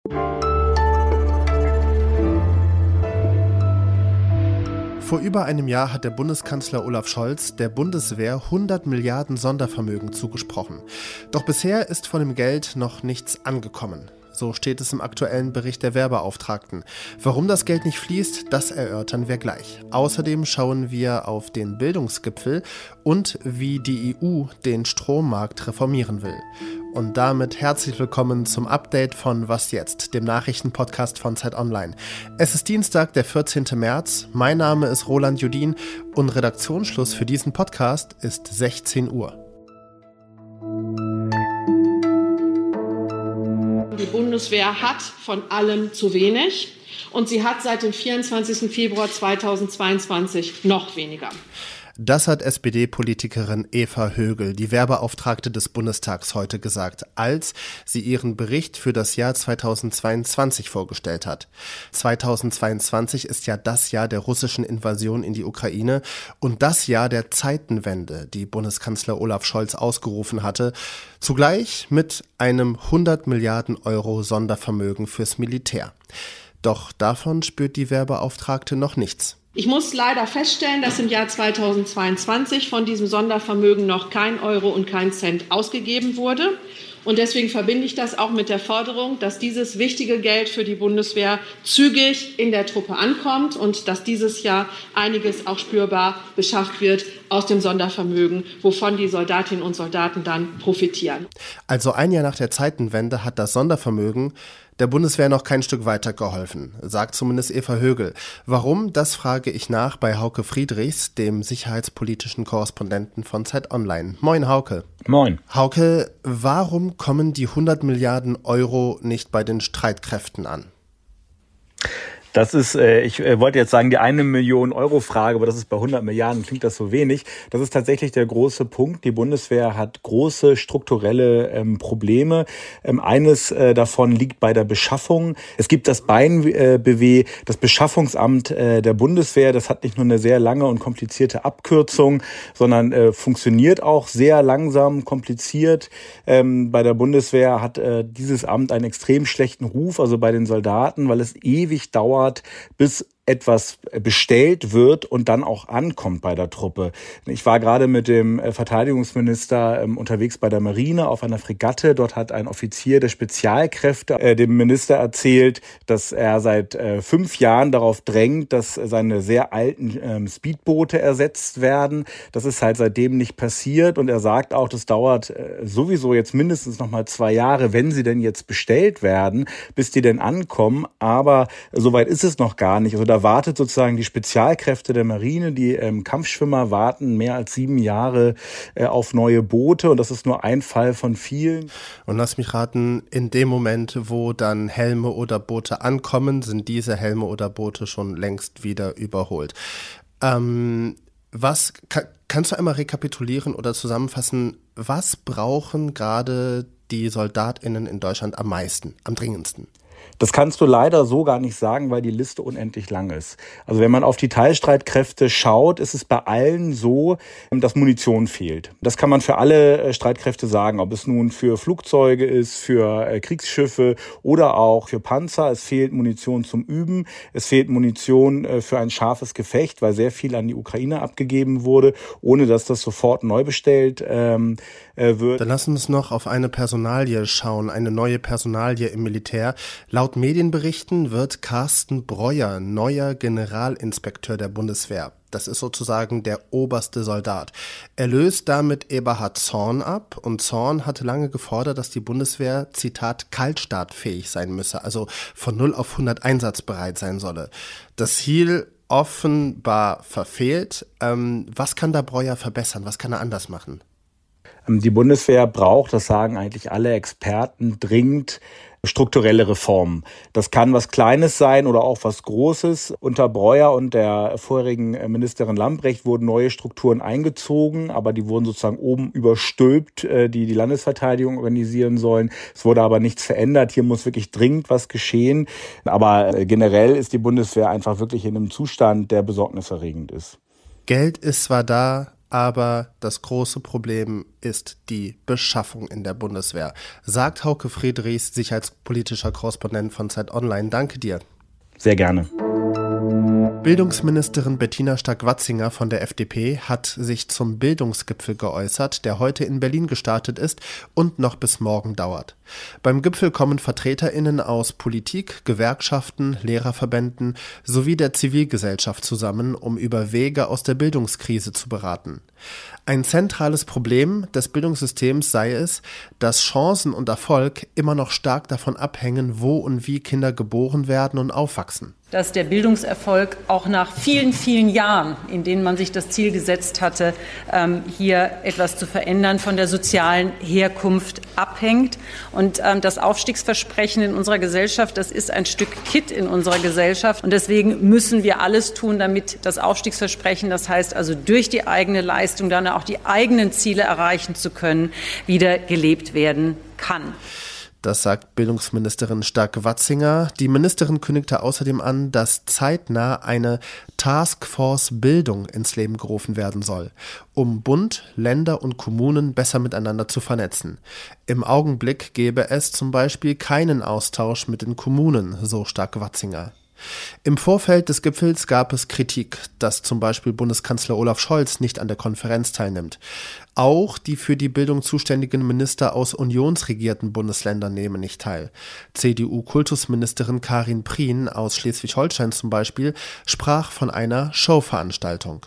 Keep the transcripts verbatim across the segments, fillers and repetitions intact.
Vor über einem Jahr hat der Bundeskanzler Olaf Scholz der Bundeswehr hundert Milliarden Sondervermögen zugesprochen. Doch bisher ist von dem Geld noch nichts angekommen. So steht es im aktuellen Bericht der Wehrbeauftragten. Warum das Geld nicht fließt, das erörtern wir gleich. Außerdem schauen wir auf den Bildungsgipfel und wie die E U den Strommarkt reformieren will. Und damit herzlich willkommen zum Update von Was Jetzt, dem Nachrichtenpodcast von Zeit Online. Es ist Dienstag, der vierzehnten März. Mein Name ist Roland Judin und Redaktionsschluss für diesen Podcast ist sechzehn Uhr. Die Bundeswehr hat von allem zu wenig und sie hat seit dem vierundzwanzigsten Februar zweitausendzweiundzwanzig noch weniger. Das hat S P D-Politikerin Eva Högel, die Wehrbeauftragte des Bundestags, heute gesagt, als sie ihren Bericht für das Jahr zweitausendzweiundzwanzig vorgestellt hat. zweitausendzweiundzwanzig ist ja das Jahr der russischen Invasion in die Ukraine und das Jahr der Zeitenwende, die Bundeskanzler Olaf Scholz ausgerufen hatte, zugleich mit einem hundert Milliarden Euro Sondervermögen fürs Militär. Doch davon spürt die Wehrbeauftragte noch nichts. Ich muss leider feststellen, dass im Jahr zweitausendzweiundzwanzig von diesem Sondervermögen noch kein Euro und kein Cent ausgegeben wurde. Und deswegen verbinde ich das auch mit der Forderung, dass dieses wichtige Geld für die Bundeswehr zügig in der Truppe ankommt und dass dieses Jahr einiges auch spürbar beschafft wird aus dem Sondervermögen, wovon die Soldatinnen und Soldaten dann profitieren. Also ein Jahr nach der Zeitenwende hat das Sondervermögen der Bundeswehr noch kein Stück weiter geholfen, sagt zumindest Eva Högel. Warum, das frage ich nach bei Hauke Friedrichs, dem sicherheitspolitischen Korrespondenten von Zeit Online. Moin Hauke. Moin. Hauke, warum kommen die hundert Milliarden Euro nicht bei den Streitkräften an? Das ist, äh, ich äh, wollte jetzt sagen, die eine Million Euro Frage, aber das ist bei hundert Milliarden, klingt das so wenig. Das ist tatsächlich der große Punkt. Die Bundeswehr hat große strukturelle ähm, Probleme. Ähm, eines äh, davon liegt bei der Beschaffung. Es gibt das B A N B W, das Beschaffungsamt äh, der Bundeswehr. Das hat nicht nur eine sehr lange und komplizierte Abkürzung, sondern äh, funktioniert auch sehr langsam, kompliziert. Ähm, bei der Bundeswehr hat äh, dieses Amt einen extrem schlechten Ruf, also bei den Soldaten, weil es ewig dauert, bis etwas bestellt wird und dann auch ankommt bei der Truppe. Ich war gerade mit dem Verteidigungsminister ähm, unterwegs bei der Marine auf einer Fregatte. Dort hat ein Offizier der Spezialkräfte äh, dem Minister erzählt, dass er seit äh, fünf Jahren darauf drängt, dass seine sehr alten ähm, Speedboote ersetzt werden. Das ist halt seitdem nicht passiert und er sagt auch, das dauert äh, sowieso jetzt mindestens noch mal zwei Jahre, wenn sie denn jetzt bestellt werden, bis die denn ankommen. Aber soweit ist es noch gar nicht. Also da wartet sozusagen die Spezialkräfte der Marine, die ähm, Kampfschwimmer warten mehr als sieben Jahre äh, auf neue Boote und das ist nur ein Fall von vielen. Und lass mich raten, in dem Moment, wo dann Helme oder Boote ankommen, sind diese Helme oder Boote schon längst wieder überholt. Ähm, was kann, kannst du einmal rekapitulieren oder zusammenfassen, was brauchen gerade die SoldatInnen in Deutschland am meisten, am dringendsten? Das kannst du leider so gar nicht sagen, weil die Liste unendlich lang ist. Also wenn man auf die Teilstreitkräfte schaut, ist es bei allen so, dass Munition fehlt. Das kann man für alle Streitkräfte sagen, ob es nun für Flugzeuge ist, für Kriegsschiffe oder auch für Panzer. Es fehlt Munition zum Üben. Es fehlt Munition für ein scharfes Gefecht, weil sehr viel an die Ukraine abgegeben wurde, ohne dass das sofort neu bestellt ähm, wird. Dann lass uns noch auf eine Personalie schauen, eine neue Personalie im Militär. Laut Medienberichten wird Carsten Breuer neuer Generalinspekteur der Bundeswehr. Das ist sozusagen der oberste Soldat. Er löst damit Eberhard Zorn ab und Zorn hatte lange gefordert, dass die Bundeswehr, Zitat, kaltstartfähig sein müsse, also von null auf hundert einsatzbereit sein solle. Das Ziel offenbar verfehlt. Ähm, was kann da Breuer verbessern? Was kann er anders machen? Die Bundeswehr braucht, das sagen eigentlich alle Experten, dringend strukturelle Reformen. Das kann was Kleines sein oder auch was Großes. Unter Breuer und der vorherigen Ministerin Lambrecht wurden neue Strukturen eingezogen, aber die wurden sozusagen oben überstülpt, die die Landesverteidigung organisieren sollen. Es wurde aber nichts verändert. Hier muss wirklich dringend was geschehen. Aber generell ist die Bundeswehr einfach wirklich in einem Zustand, der besorgniserregend ist. Geld ist zwar da, aber das große Problem ist die Beschaffung in der Bundeswehr, sagt Hauke Friedrichs, sicherheitspolitischer Korrespondent von Zeit Online. Danke dir. Sehr gerne. Bildungsministerin Bettina Stark-Watzinger von der F D P hat sich zum Bildungsgipfel geäußert, der heute in Berlin gestartet ist und noch bis morgen dauert. Beim Gipfel kommen VertreterInnen aus Politik, Gewerkschaften, Lehrerverbänden sowie der Zivilgesellschaft zusammen, um über Wege aus der Bildungskrise zu beraten. Ein zentrales Problem des Bildungssystems sei es, dass Chancen und Erfolg immer noch stark davon abhängen, wo und wie Kinder geboren werden und aufwachsen. Dass der Bildungserfolg auch nach vielen, vielen Jahren, in denen man sich das Ziel gesetzt hatte, hier etwas zu verändern, von der sozialen Herkunft abhängt. Und das Aufstiegsversprechen in unserer Gesellschaft, das ist ein Stück Kitt in unserer Gesellschaft. Und deswegen müssen wir alles tun, damit das Aufstiegsversprechen, das heißt also durch die eigene Leistung dann auch die eigenen Ziele erreichen zu können, wieder gelebt werden kann. Das sagt Bildungsministerin Stark-Watzinger. Die Ministerin kündigte außerdem an, dass zeitnah eine Taskforce Bildung ins Leben gerufen werden soll, um Bund, Länder und Kommunen besser miteinander zu vernetzen. Im Augenblick gäbe es zum Beispiel keinen Austausch mit den Kommunen, so Stark-Watzinger. Im Vorfeld des Gipfels gab es Kritik, dass zum Beispiel Bundeskanzler Olaf Scholz nicht an der Konferenz teilnimmt. Auch die für die Bildung zuständigen Minister aus unionsregierten Bundesländern nehmen nicht teil. C D U-Kultusministerin Karin Prien aus Schleswig-Holstein zum Beispiel sprach von einer Showveranstaltung.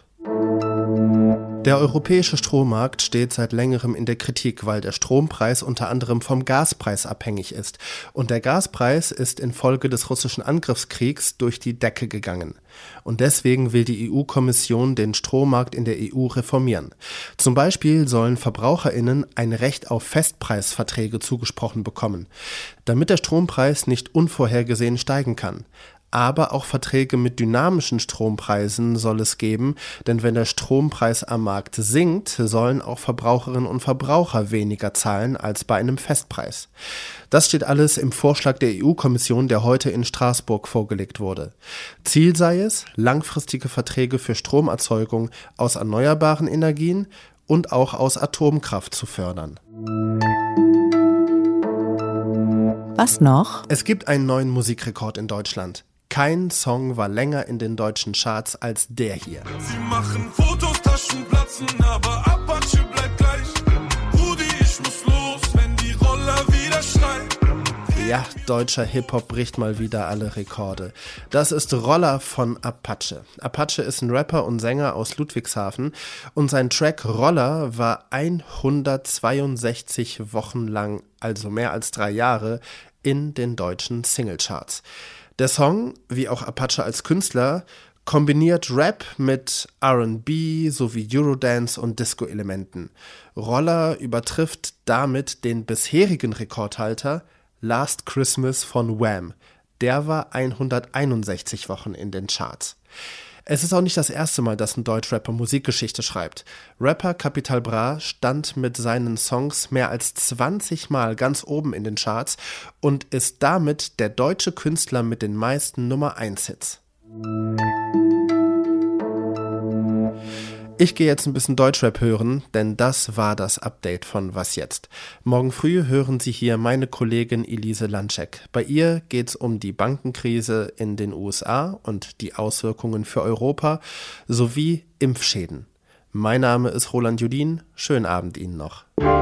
Der europäische Strommarkt steht seit längerem in der Kritik, weil der Strompreis unter anderem vom Gaspreis abhängig ist. Und der Gaspreis ist infolge des russischen Angriffskriegs durch die Decke gegangen. Und deswegen will die E U-Kommission den Strommarkt in der E U reformieren. Zum Beispiel sollen VerbraucherInnen ein Recht auf Festpreisverträge zugesprochen bekommen, damit der Strompreis nicht unvorhergesehen steigen kann. Aber auch Verträge mit dynamischen Strompreisen soll es geben, denn wenn der Strompreis am Markt sinkt, sollen auch Verbraucherinnen und Verbraucher weniger zahlen als bei einem Festpreis. Das steht alles im Vorschlag der E U-Kommission, der heute in Straßburg vorgelegt wurde. Ziel sei es, langfristige Verträge für Stromerzeugung aus erneuerbaren Energien und auch aus Atomkraft zu fördern. Was noch? Es gibt einen neuen Musikrekord in Deutschland. Kein Song war länger in den deutschen Charts als der hier. Sie machen Fotos, Taschen platzen, aber Apache bleibt gleich. Rudi, ich muss los, wenn die Roller wieder schreien. Ja, deutscher Hip-Hop bricht mal wieder alle Rekorde. Das ist Roller von Apache. Apache ist ein Rapper und Sänger aus Ludwigshafen und sein Track Roller war hundertzweiundsechzig Wochen lang, also mehr als drei Jahre, in den deutschen Singlecharts. Der Song, wie auch Apache als Künstler, kombiniert Rap mit R and B sowie Eurodance und Disco-Elementen. Roller übertrifft damit den bisherigen Rekordhalter Last Christmas von Wham. Der war hunderteinundsechzig Wochen in den Charts. Es ist auch nicht das erste Mal, dass ein Deutschrapper Musikgeschichte schreibt. Rapper Capital Bra stand mit seinen Songs mehr als zwanzig Mal ganz oben in den Charts und ist damit der deutsche Künstler mit den meisten Nummer eins Hits. Ich gehe jetzt ein bisschen Deutschrap hören, denn das war das Update von Was jetzt? Morgen früh hören Sie hier meine Kollegin Elise Landschek. Bei ihr geht es um die Bankenkrise in den U S A und die Auswirkungen für Europa sowie Impfschäden. Mein Name ist Roland Judin. Schönen Abend Ihnen noch.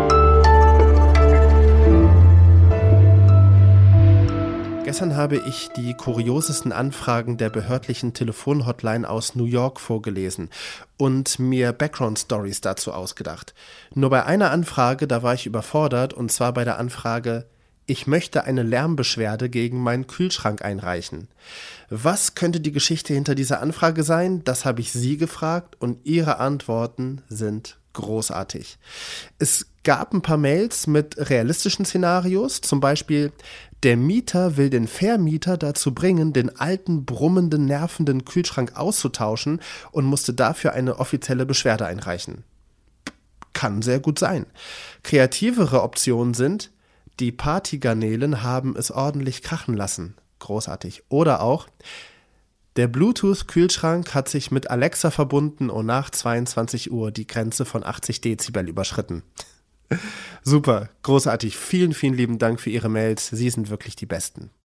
Gestern habe ich die kuriosesten Anfragen der behördlichen Telefonhotline aus New York vorgelesen und mir Background-Stories dazu ausgedacht. Nur bei einer Anfrage, da war ich überfordert, und zwar bei der Anfrage: Ich möchte eine Lärmbeschwerde gegen meinen Kühlschrank einreichen. Was könnte die Geschichte hinter dieser Anfrage sein? Das habe ich Sie gefragt und Ihre Antworten sind großartig. Es gab ein paar Mails mit realistischen Szenarios, zum Beispiel: Der Mieter will den Vermieter dazu bringen, den alten, brummenden, nervenden Kühlschrank auszutauschen und musste dafür eine offizielle Beschwerde einreichen. Kann sehr gut sein. Kreativere Optionen sind: Die Partygarnelen haben es ordentlich krachen lassen. Großartig. Oder auch: Der Bluetooth-Kühlschrank hat sich mit Alexa verbunden und nach zweiundzwanzig Uhr die Grenze von achtzig Dezibel überschritten. Super, großartig. Vielen, vielen lieben Dank für Ihre Mails. Sie sind wirklich die Besten.